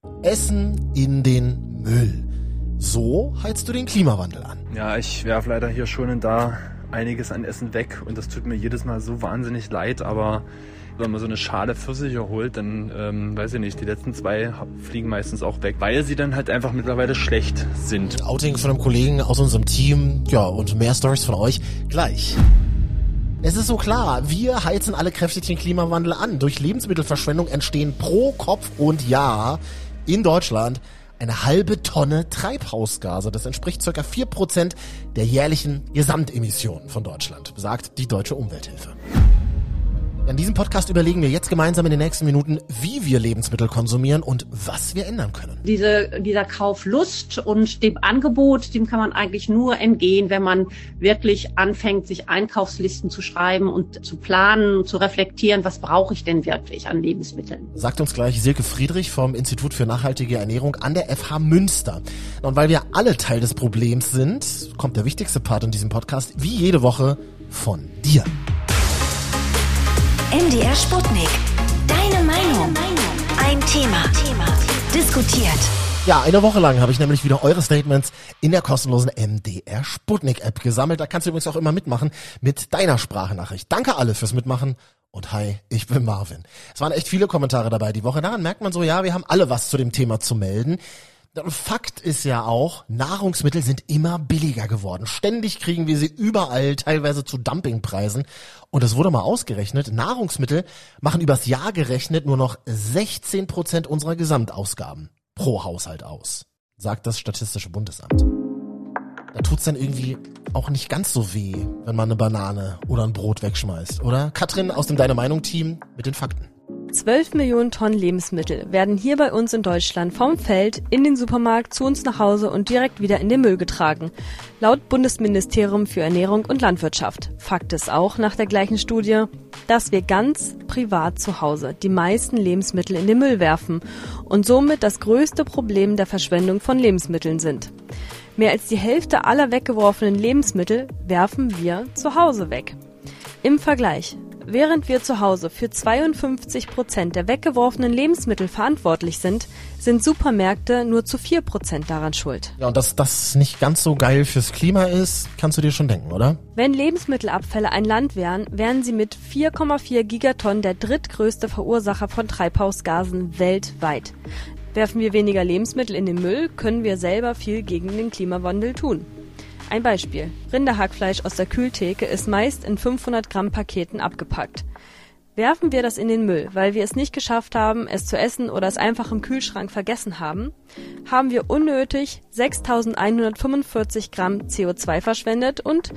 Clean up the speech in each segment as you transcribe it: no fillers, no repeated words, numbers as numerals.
Essen in den Müll. So heizt du den Klimawandel an. Ja, ich werfe leider hier schon und da einiges an Essen weg und das tut mir jedes Mal so wahnsinnig leid, aber wenn man so eine Schale Pfirsiche holt, dann, weiß ich nicht, die letzten 2 fliegen meistens auch weg, weil sie dann halt einfach mittlerweile schlecht sind. Outing von einem Kollegen aus unserem Team, ja, und mehr Storys von euch gleich. Es ist so klar, wir heizen alle kräftig den Klimawandel an. Durch Lebensmittelverschwendung entstehen pro Kopf und Jahr in Deutschland eine halbe Tonne Treibhausgase. Das entspricht ca. 4% der jährlichen Gesamtemissionen von Deutschland, sagt die Deutsche Umwelthilfe. In diesem Podcast überlegen wir jetzt gemeinsam in den nächsten Minuten, wie wir Lebensmittel konsumieren und was wir ändern können. Dieser Kauflust und dem Angebot, dem kann man eigentlich nur entgehen, wenn man wirklich anfängt, sich Einkaufslisten zu schreiben und zu planen und zu reflektieren, was brauche ich denn wirklich an Lebensmitteln. Sagt uns gleich Silke Friedrich vom Institut für nachhaltige Ernährung an der FH Münster. Und weil wir alle Teil des Problems sind, kommt der wichtigste Part in diesem Podcast, wie jede Woche, von dir. MDR Sputnik. Deine Meinung. Ein Thema. Diskutiert. Ja, eine Woche lang habe ich nämlich wieder eure Statements in der kostenlosen MDR Sputnik App gesammelt. Da kannst du übrigens auch immer mitmachen mit deiner Sprachnachricht. Danke alle fürs Mitmachen und hi, ich bin Marvin. Es waren echt viele Kommentare dabei die Woche. Daran merkt man so, ja, wir haben alle was zu dem Thema zu melden. Fakt ist ja auch, Nahrungsmittel sind immer billiger geworden. Ständig kriegen wir sie überall, teilweise zu Dumpingpreisen. Und es wurde mal ausgerechnet, Nahrungsmittel machen übers Jahr gerechnet nur noch 16% unserer Gesamtausgaben pro Haushalt aus, sagt das Statistische Bundesamt. Da tut's dann irgendwie auch nicht ganz so weh, wenn man eine Banane oder ein Brot wegschmeißt, oder? Katrin aus dem Deine Meinung-Team mit den Fakten. 12 Millionen Tonnen Lebensmittel werden hier bei uns in Deutschland vom Feld in den Supermarkt zu uns nach Hause und direkt wieder in den Müll getragen. Laut Bundesministerium für Ernährung und Landwirtschaft. Fakt ist auch nach der gleichen Studie, dass wir ganz privat zu Hause die meisten Lebensmittel in den Müll werfen und somit das größte Problem der Verschwendung von Lebensmitteln sind. Mehr als die Hälfte aller weggeworfenen Lebensmittel werfen wir zu Hause weg. Im Vergleich. Während wir zu Hause für 52% der weggeworfenen Lebensmittel verantwortlich sind, sind Supermärkte nur zu 4% daran schuld. Ja, und dass das nicht ganz so geil fürs Klima ist, kannst du dir schon denken, oder? Wenn Lebensmittelabfälle ein Land wären, wären sie mit 4,4 Gigatonnen der drittgrößte Verursacher von Treibhausgasen weltweit. Werfen wir weniger Lebensmittel in den Müll, können wir selber viel gegen den Klimawandel tun. Ein Beispiel. Rinderhackfleisch aus der Kühltheke ist meist in 500 Gramm Paketen abgepackt. Werfen wir das in den Müll, weil wir es nicht geschafft haben, es zu essen oder es einfach im Kühlschrank vergessen haben, haben wir unnötig 6.145 Gramm CO2 verschwendet und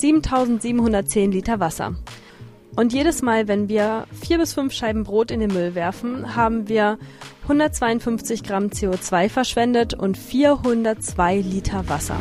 7.710 Liter Wasser. Und jedes Mal, wenn wir 4 bis 5 Scheiben Brot in den Müll werfen, haben wir 152 Gramm CO2 verschwendet und 402 Liter Wasser.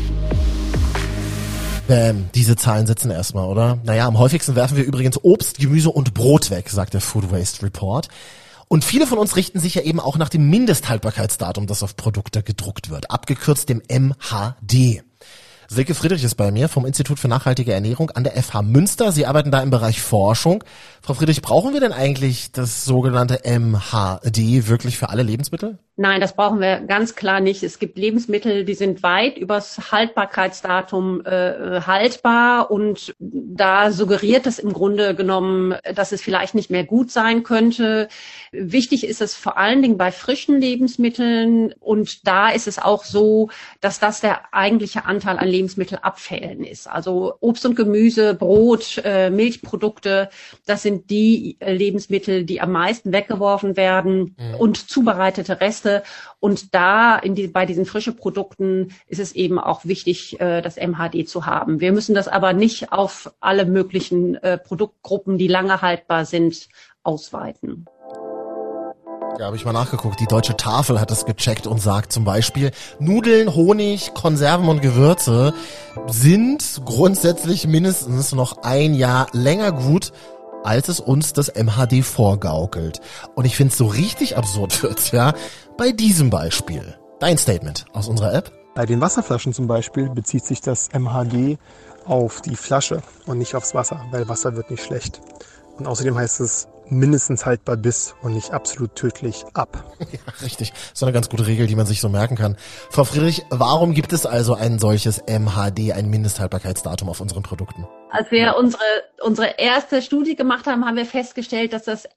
Diese Zahlen sitzen erstmal, oder? Naja, am häufigsten werfen wir übrigens Obst, Gemüse und Brot weg, sagt der Food Waste Report. Und viele von uns richten sich ja eben auch nach dem Mindesthaltbarkeitsdatum, das auf Produkte gedruckt wird, abgekürzt dem MHD. Silke Friedrich ist bei mir vom Institut für nachhaltige Ernährung an der FH Münster. Sie arbeiten da im Bereich Forschung. Frau Friedrich, brauchen wir denn eigentlich das sogenannte MHD wirklich für alle Lebensmittel? Nein, das brauchen wir ganz klar nicht. Es gibt Lebensmittel, die sind weit übers Haltbarkeitsdatum haltbar und da suggeriert es im Grunde genommen, dass es vielleicht nicht mehr gut sein könnte. Wichtig ist es vor allen Dingen bei frischen Lebensmitteln und da ist es auch so, dass das der eigentliche Anteil an Lebensmittelabfällen ist. Also Obst und Gemüse, Brot, Milchprodukte, das sind die Lebensmittel, die am meisten weggeworfen werden und zubereitete Reste. Und da bei diesen frischen Produkten ist es eben auch wichtig, das MHD zu haben. Wir müssen das aber nicht auf alle möglichen Produktgruppen, die lange haltbar sind, ausweiten. Ja, habe ich mal nachgeguckt. Die Deutsche Tafel hat das gecheckt und sagt zum Beispiel, Nudeln, Honig, Konserven und Gewürze sind grundsätzlich mindestens noch ein Jahr länger gut, als es uns das MHD vorgaukelt. Und ich finde es so richtig absurd wird's, ja, bei diesem Beispiel. Dein Statement aus unserer App? Bei den Wasserflaschen zum Beispiel bezieht sich das MHD auf die Flasche und nicht aufs Wasser, weil Wasser wird nicht schlecht. Und außerdem heißt es mindestens haltbar bis und nicht absolut tödlich ab. Ja, richtig. So eine ganz gute Regel, die man sich so merken kann. Frau Friedrich, warum gibt es also ein solches MHD, ein Mindesthaltbarkeitsdatum auf unseren Produkten? Als wir unsere erste Studie gemacht haben, haben wir festgestellt, dass das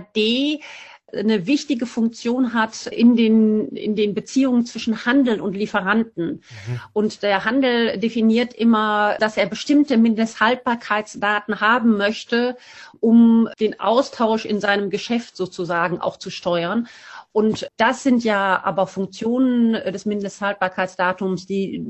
MHD eine wichtige Funktion hat in den Beziehungen zwischen Handel und Lieferanten. Und der Handel definiert immer, dass er bestimmte Mindesthaltbarkeitsdaten haben möchte, um den Austausch in seinem Geschäft sozusagen auch zu steuern. Und das sind ja aber Funktionen des Mindesthaltbarkeitsdatums,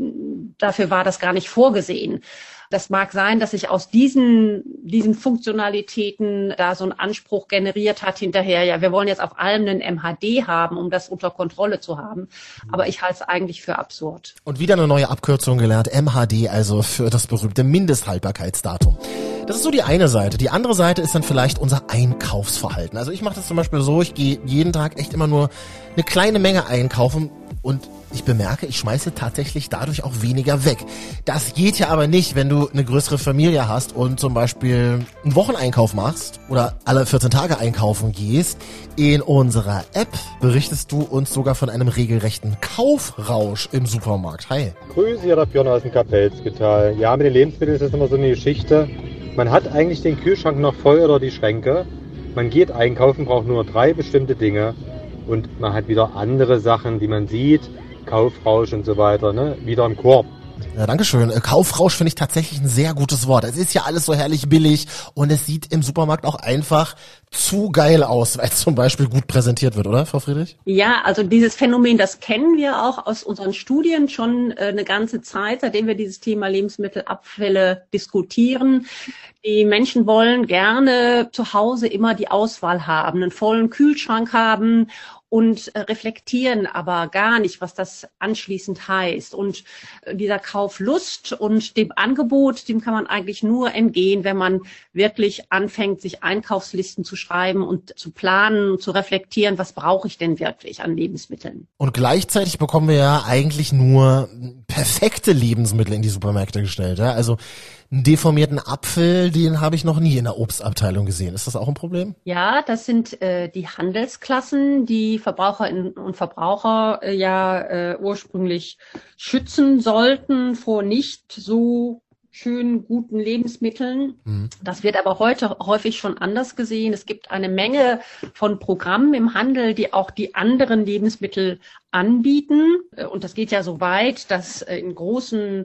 dafür war das gar nicht vorgesehen. Das mag sein, dass sich aus diesen Funktionalitäten da so ein Anspruch generiert hat hinterher. Ja, wir wollen jetzt auf allem einen MHD haben, um das unter Kontrolle zu haben. Aber ich halte es eigentlich für absurd. Und wieder eine neue Abkürzung gelernt. MHD, also für das berühmte Mindesthaltbarkeitsdatum. Das ist so die eine Seite. Die andere Seite ist dann vielleicht unser Einkaufsverhalten. Also ich mache das zum Beispiel so, ich gehe jeden Tag echt immer nur eine kleine Menge einkaufen und ich bemerke, ich schmeiße tatsächlich dadurch auch weniger weg. Das geht ja aber nicht, wenn du eine größere Familie hast und zum Beispiel einen Wocheneinkauf machst oder alle 14 Tage einkaufen gehst. In unserer App berichtest du uns sogar von einem regelrechten Kaufrausch im Supermarkt. Hi. Grüße, hier der Björn aus dem Kapellspital. Ja, mit den Lebensmitteln ist das immer so eine Geschichte. Man hat eigentlich den Kühlschrank noch voll oder die Schränke. Man geht einkaufen, braucht nur 3 bestimmte Dinge und man hat wieder andere Sachen, die man sieht. Kaufrausch und so weiter, ne? Wieder im Korb. Ja, dankeschön. Kaufrausch finde ich tatsächlich ein sehr gutes Wort. Es ist ja alles so herrlich billig und es sieht im Supermarkt auch einfach zu geil aus, weil es zum Beispiel gut präsentiert wird, oder, Frau Friedrich? Ja, also dieses Phänomen, das kennen wir auch aus unseren Studien schon eine ganze Zeit, seitdem wir dieses Thema Lebensmittelabfälle diskutieren. Die Menschen wollen gerne zu Hause immer die Auswahl haben, einen vollen Kühlschrank haben und reflektieren aber gar nicht, was das anschließend heißt. Und dieser Kauflust und dem Angebot, dem kann man eigentlich nur entgehen, wenn man wirklich anfängt, sich Einkaufslisten zu schreiben und zu planen und zu reflektieren, was brauche ich denn wirklich an Lebensmitteln. Und gleichzeitig bekommen wir ja eigentlich nur perfekte Lebensmittel in die Supermärkte gestellt. Ja? Also einen deformierten Apfel, den habe ich noch nie in der Obstabteilung gesehen. Ist das auch ein Problem? Ja, das sind die Handelsklassen, die Verbraucherinnen und Verbraucher ursprünglich schützen sollten vor nicht so schön guten Lebensmitteln. Das wird aber heute häufig schon anders gesehen. Es gibt eine Menge von Programmen im Handel, die auch die anderen Lebensmittel anbieten. Und das geht ja so weit, dass in großen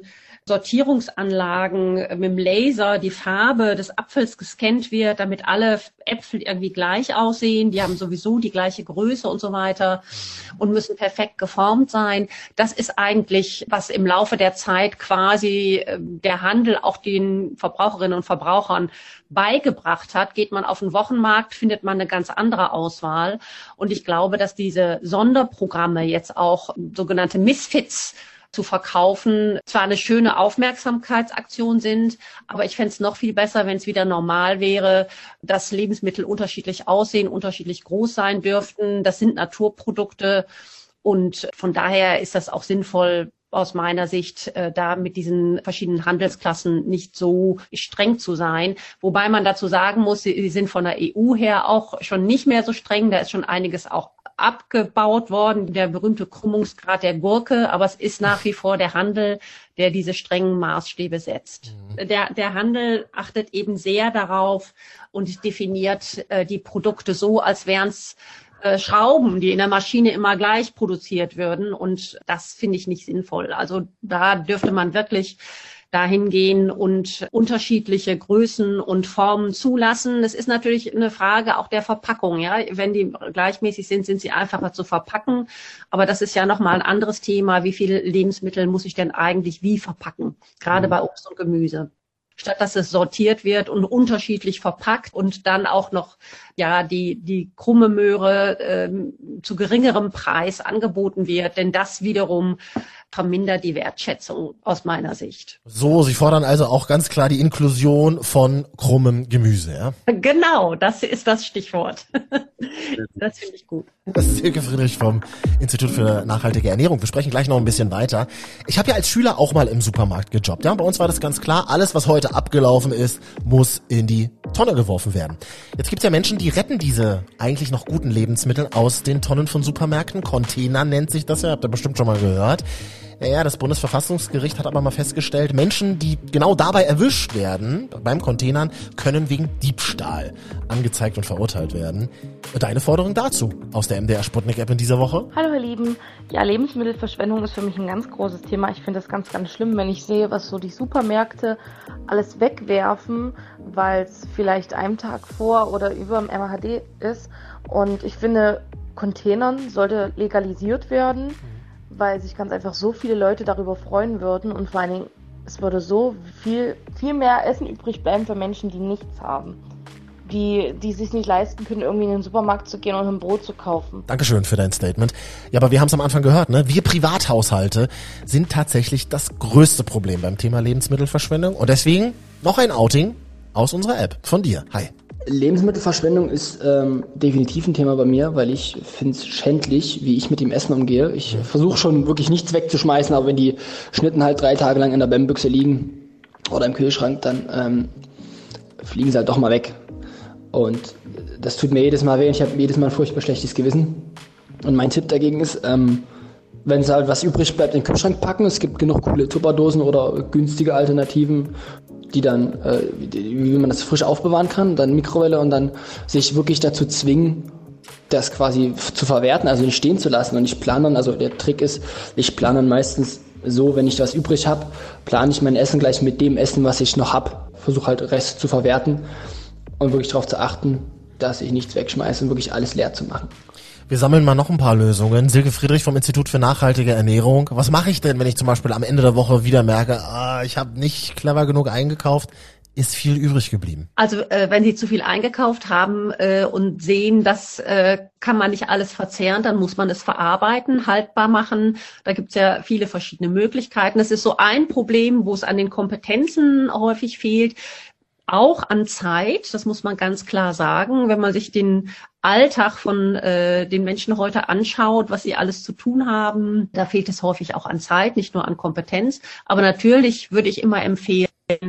Sortierungsanlagen mit dem Laser die Farbe des Apfels gescannt wird, damit alle Äpfel irgendwie gleich aussehen. Die haben sowieso die gleiche Größe und so weiter und müssen perfekt geformt sein. Das ist eigentlich, was im Laufe der Zeit quasi der Handel auch den Verbraucherinnen und Verbrauchern beigebracht hat. Geht man auf den Wochenmarkt, findet man eine ganz andere Auswahl. Und ich glaube, dass diese Sonderprogramme jetzt auch sogenannte Misfits zu verkaufen, zwar eine schöne Aufmerksamkeitsaktion sind, aber ich fände es noch viel besser, wenn es wieder normal wäre, dass Lebensmittel unterschiedlich aussehen, unterschiedlich groß sein dürften. Das sind Naturprodukte und von daher ist das auch sinnvoll, aus meiner Sicht, da mit diesen verschiedenen Handelsklassen nicht so streng zu sein. Wobei man dazu sagen muss, sie sind von der EU her auch schon nicht mehr so streng. Da ist schon einiges auch abgebaut worden, der berühmte Krümmungsgrad der Gurke, aber es ist nach wie vor der Handel, der diese strengen Maßstäbe setzt. Der Handel achtet eben sehr darauf und definiert die Produkte so, als wären es Schrauben, die in der Maschine immer gleich produziert würden, und das finde ich nicht sinnvoll. Also da dürfte man wirklich dahin gehen und unterschiedliche Größen und Formen zulassen. Es ist natürlich eine Frage auch der Verpackung. Ja, wenn die gleichmäßig sind, sind sie einfacher zu verpacken. Aber das ist ja nochmal ein anderes Thema. Wie viele Lebensmittel muss ich denn eigentlich wie verpacken? Gerade bei Obst und Gemüse. Statt dass es sortiert wird und unterschiedlich verpackt und dann auch noch die krumme Möhre zu geringerem Preis angeboten wird, denn das wiederum vermindert die Wertschätzung aus meiner Sicht. So, Sie fordern also auch ganz klar die Inklusion von krummem Gemüse, ja? Genau, das ist das Stichwort. Das finde ich gut. Das ist Silke Friedrich vom Institut für nachhaltige Ernährung. Wir sprechen gleich noch ein bisschen weiter. Ich habe ja als Schüler auch mal im Supermarkt gejobbt. Ja, bei uns war das ganz klar. Alles, was heute abgelaufen ist, muss in die Tonne geworfen werden. Jetzt gibt's ja Menschen, die retten diese eigentlich noch guten Lebensmittel aus den Tonnen von Supermärkten. Container nennt sich das ja, habt ihr bestimmt schon mal gehört. Ja, das Bundesverfassungsgericht hat aber mal festgestellt, Menschen, die genau dabei erwischt werden, beim Containern, können wegen Diebstahl angezeigt und verurteilt werden. Deine Forderung dazu aus der MDR Sputnik App in dieser Woche? Hallo ihr Lieben, ja, Lebensmittelverschwendung ist für mich ein ganz großes Thema. Ich finde das ganz, ganz schlimm, wenn ich sehe, was so die Supermärkte alles wegwerfen, weil es vielleicht einen Tag vor oder über dem MHD ist. Und ich finde, Containern sollte legalisiert werden, weil sich ganz einfach so viele Leute darüber freuen würden und vor allen Dingen, es würde so viel mehr Essen übrig bleiben für Menschen, die nichts haben. Die sich nicht leisten können, irgendwie in den Supermarkt zu gehen und ein Brot zu kaufen. Dankeschön für dein Statement. Ja, aber wir haben es am Anfang gehört, ne? Wir Privathaushalte sind tatsächlich das größte Problem beim Thema Lebensmittelverschwendung und deswegen noch ein Outing aus unserer App von dir. Hi. Lebensmittelverschwendung ist definitiv ein Thema bei mir, weil ich finde es schändlich, wie ich mit dem Essen umgehe. Ich versuche schon wirklich nichts wegzuschmeißen, aber wenn die Schnitten halt 3 Tage lang in der BEM-Büchse liegen oder im Kühlschrank, dann fliegen sie halt doch mal weg. Und das tut mir jedes Mal weh und ich habe jedes Mal ein furchtbar schlechtes Gewissen. Und mein Tipp dagegen ist, wenn es halt was übrig bleibt, in den Kühlschrank packen. Es gibt genug coole Tupperdosen oder günstige Alternativen, die dann, wie man das frisch aufbewahren kann, dann Mikrowelle und dann sich wirklich dazu zwingen, das quasi zu verwerten, also nicht stehen zu lassen. Und ich plane dann, also der Trick ist, ich plane dann meistens so, wenn ich was übrig habe, plane ich mein Essen gleich mit dem Essen, was ich noch habe. Versuche halt Rest zu verwerten und wirklich darauf zu achten, dass ich nichts wegschmeiße und wirklich alles leer zu machen. Wir sammeln mal noch ein paar Lösungen. Silke Friedrich vom Institut für nachhaltige Ernährung. Was mache ich denn, wenn ich zum Beispiel am Ende der Woche wieder merke, ich habe nicht clever genug eingekauft, ist viel übrig geblieben? Also wenn Sie zu viel eingekauft haben und sehen, das kann man nicht alles verzehren, dann muss man es verarbeiten, haltbar machen. Da gibt es ja viele verschiedene Möglichkeiten. Das ist so ein Problem, wo es an den Kompetenzen häufig fehlt. Auch an Zeit, das muss man ganz klar sagen, wenn man sich den Alltag von den Menschen heute anschaut, was sie alles zu tun haben, da fehlt es häufig auch an Zeit, nicht nur an Kompetenz. Aber natürlich würde ich immer empfehlen,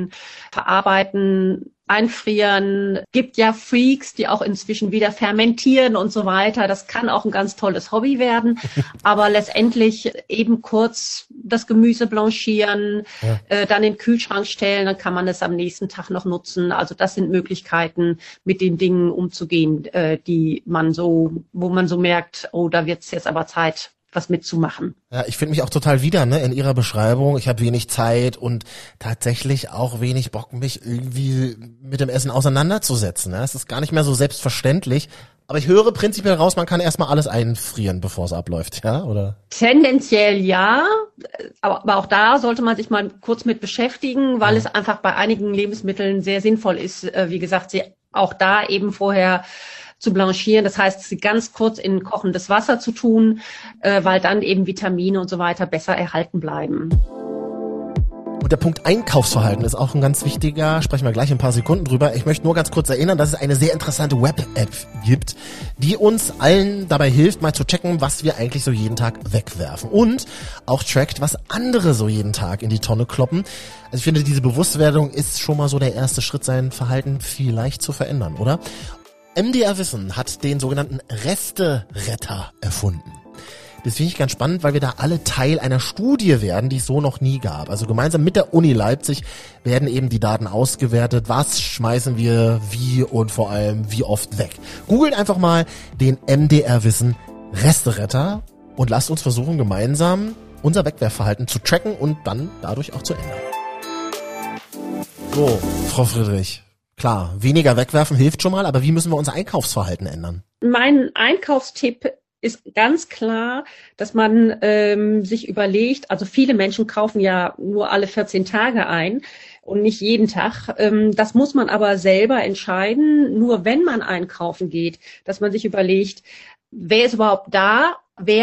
verarbeiten, einfrieren. Gibt ja Freaks, die auch inzwischen wieder fermentieren und so weiter. Das kann auch ein ganz tolles Hobby werden. Aber letztendlich eben kurz das Gemüse blanchieren, dann in den Kühlschrank stellen, dann kann man es am nächsten Tag noch nutzen. Also das sind Möglichkeiten, mit den Dingen umzugehen, die man so, wo man so merkt, oh, da wird's jetzt aber Zeit, was mitzumachen. Ja, ich finde mich auch total wieder, ne, in Ihrer Beschreibung. Ich habe wenig Zeit und tatsächlich auch wenig Bock, mich irgendwie mit dem Essen auseinanderzusetzen. Ne? Es ist gar nicht mehr so selbstverständlich. Aber ich höre prinzipiell raus, man kann erstmal alles einfrieren, bevor es abläuft, ja, oder? Tendenziell ja, aber auch da sollte man sich mal kurz mit beschäftigen, weil es einfach bei einigen Lebensmitteln sehr sinnvoll ist, wie gesagt, sie auch da eben vorher zu blanchieren, das heißt, sie ganz kurz in kochendes Wasser zu tun, weil dann eben Vitamine und so weiter besser erhalten bleiben. Und der Punkt Einkaufsverhalten ist auch ein ganz wichtiger, sprechen wir gleich in ein paar Sekunden drüber. Ich möchte nur ganz kurz erinnern, dass es eine sehr interessante Web-App gibt, die uns allen dabei hilft, mal zu checken, was wir eigentlich so jeden Tag wegwerfen und auch trackt, was andere so jeden Tag in die Tonne kloppen. Also ich finde, diese Bewusstwerdung ist schon mal so der erste Schritt, sein Verhalten vielleicht zu verändern, oder? MDR Wissen hat den sogenannten Resteretter erfunden. Das finde ich ganz spannend, weil wir da alle Teil einer Studie werden, die es so noch nie gab. Also gemeinsam mit der Uni Leipzig werden eben die Daten ausgewertet. Was schmeißen wir wie und vor allem wie oft weg? Googelt einfach mal den MDR Wissen Resteretter und lasst uns versuchen, gemeinsam unser Wegwerfverhalten zu tracken und dann dadurch auch zu ändern. So, Frau Friedrich. Klar, weniger wegwerfen hilft schon mal, aber wie müssen wir unser Einkaufsverhalten ändern? Mein Einkaufstipp ist ganz klar, dass man sich überlegt, also viele Menschen kaufen ja nur alle 14 Tage ein und nicht jeden Tag. Das muss man aber selber entscheiden, nur wenn man einkaufen geht, dass man sich überlegt, wer ist überhaupt da, wer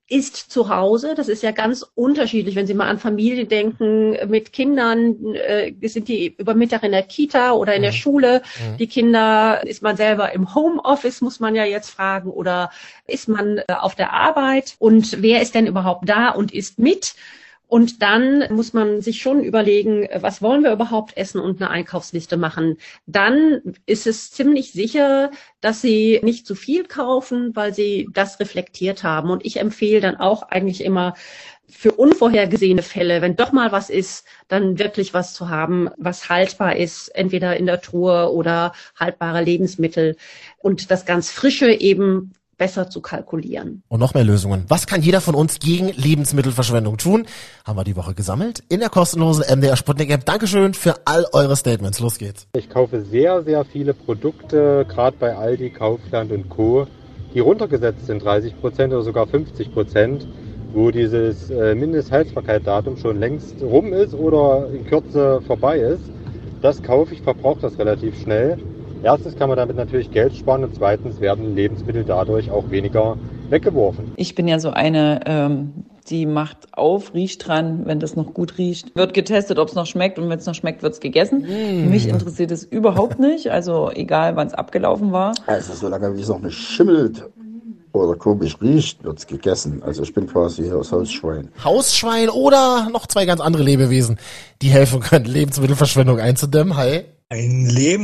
ist zu Hause. Das ist ja ganz unterschiedlich. Wenn Sie mal an Familien denken mit Kindern, sind die über Mittag in der Kita oder in der Schule. Die Kinder, ist man selber im Homeoffice, muss man ja jetzt fragen, oder ist man auf der Arbeit? Und wer ist denn überhaupt da und isst mit? Und dann muss man sich schon überlegen, was wollen wir überhaupt essen und eine Einkaufsliste machen. Dann ist es ziemlich sicher, dass Sie nicht zu viel kaufen, weil Sie das reflektiert haben. Und ich empfehle dann auch eigentlich immer für unvorhergesehene Fälle, wenn doch mal was ist, dann wirklich was zu haben, was haltbar ist, entweder in der Truhe oder haltbare Lebensmittel. Und das ganz Frische eben besser zu kalkulieren. Und noch mehr Lösungen. Was kann jeder von uns gegen Lebensmittelverschwendung tun? Haben wir die Woche gesammelt in der kostenlosen MDR Sputnik App. Dankeschön für all eure Statements. Los geht's. Ich kaufe sehr, sehr viele Produkte, gerade bei Aldi, Kaufland und Co., die runtergesetzt sind, 30% oder sogar 50%, wo dieses Mindesthaltbarkeitsdatum schon längst rum ist oder in Kürze vorbei ist. Das kaufe ich, verbrauche das relativ schnell. Erstens kann man damit natürlich Geld sparen und zweitens werden Lebensmittel dadurch auch weniger weggeworfen. Ich bin ja so eine, die macht auf, riecht dran, wenn das noch gut riecht. Wird getestet, ob es noch schmeckt und wenn es noch schmeckt, wird es gegessen. Mich interessiert es überhaupt nicht, also egal wann es abgelaufen war. Also solange es noch nicht schimmelt oder komisch riecht, wird es gegessen. Also ich bin quasi das Hausschwein. Hausschwein oder noch zwei ganz andere Lebewesen, die helfen können, Lebensmittelverschwendung einzudämmen. Hi. Ein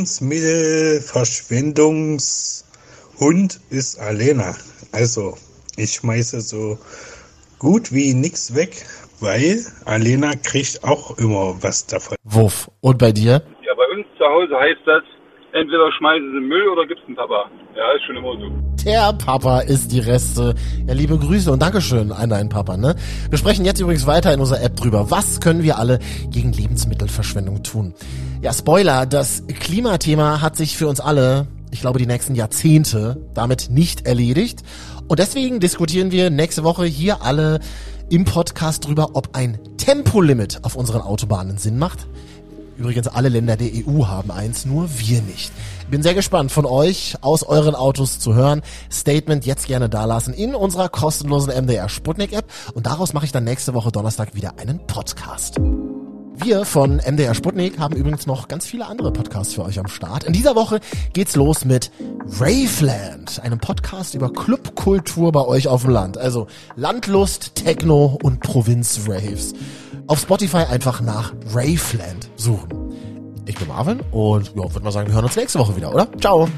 Lebensmittelverschwendungshund ist Alena. Also ich schmeiße so gut wie nichts weg, weil Alena kriegt auch immer was davon. Wuff. Und bei dir? Ja, bei uns zu Hause heißt das, entweder schmeißen sie Müll oder gibt's einen Papa. Ja, ist schon immer so. Der Papa isst die Reste. Ja, liebe Grüße und Dankeschön an deinen Papa, ne? Wir sprechen jetzt übrigens weiter in unserer App drüber. Was können wir alle gegen Lebensmittelverschwendung tun? Ja, Spoiler, das Klimathema hat sich für uns alle, ich glaube, die nächsten Jahrzehnte damit nicht erledigt. Und deswegen diskutieren wir nächste Woche hier alle im Podcast drüber, ob ein Tempolimit auf unseren Autobahnen Sinn macht. Übrigens, alle Länder der EU haben eins, nur wir nicht. Bin sehr gespannt von euch aus euren Autos zu hören. Statement jetzt gerne dalassen in unserer kostenlosen MDR Sputnik App. Und daraus mache ich dann nächste Woche Donnerstag wieder einen Podcast. Wir von MDR Sputnik haben übrigens noch ganz viele andere Podcasts für euch am Start. In dieser Woche geht's los mit Raveland, einem Podcast über Clubkultur bei euch auf dem Land. Also Landlust, Techno und Provinz-Raves. Auf Spotify einfach nach Raveland suchen. Ich bin Marvin und ja, würde mal sagen, wir hören uns nächste Woche wieder, oder? Ciao.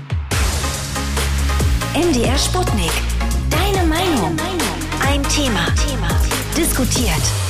MDR Sputnik. Deine Meinung. Ein Thema. Diskutiert.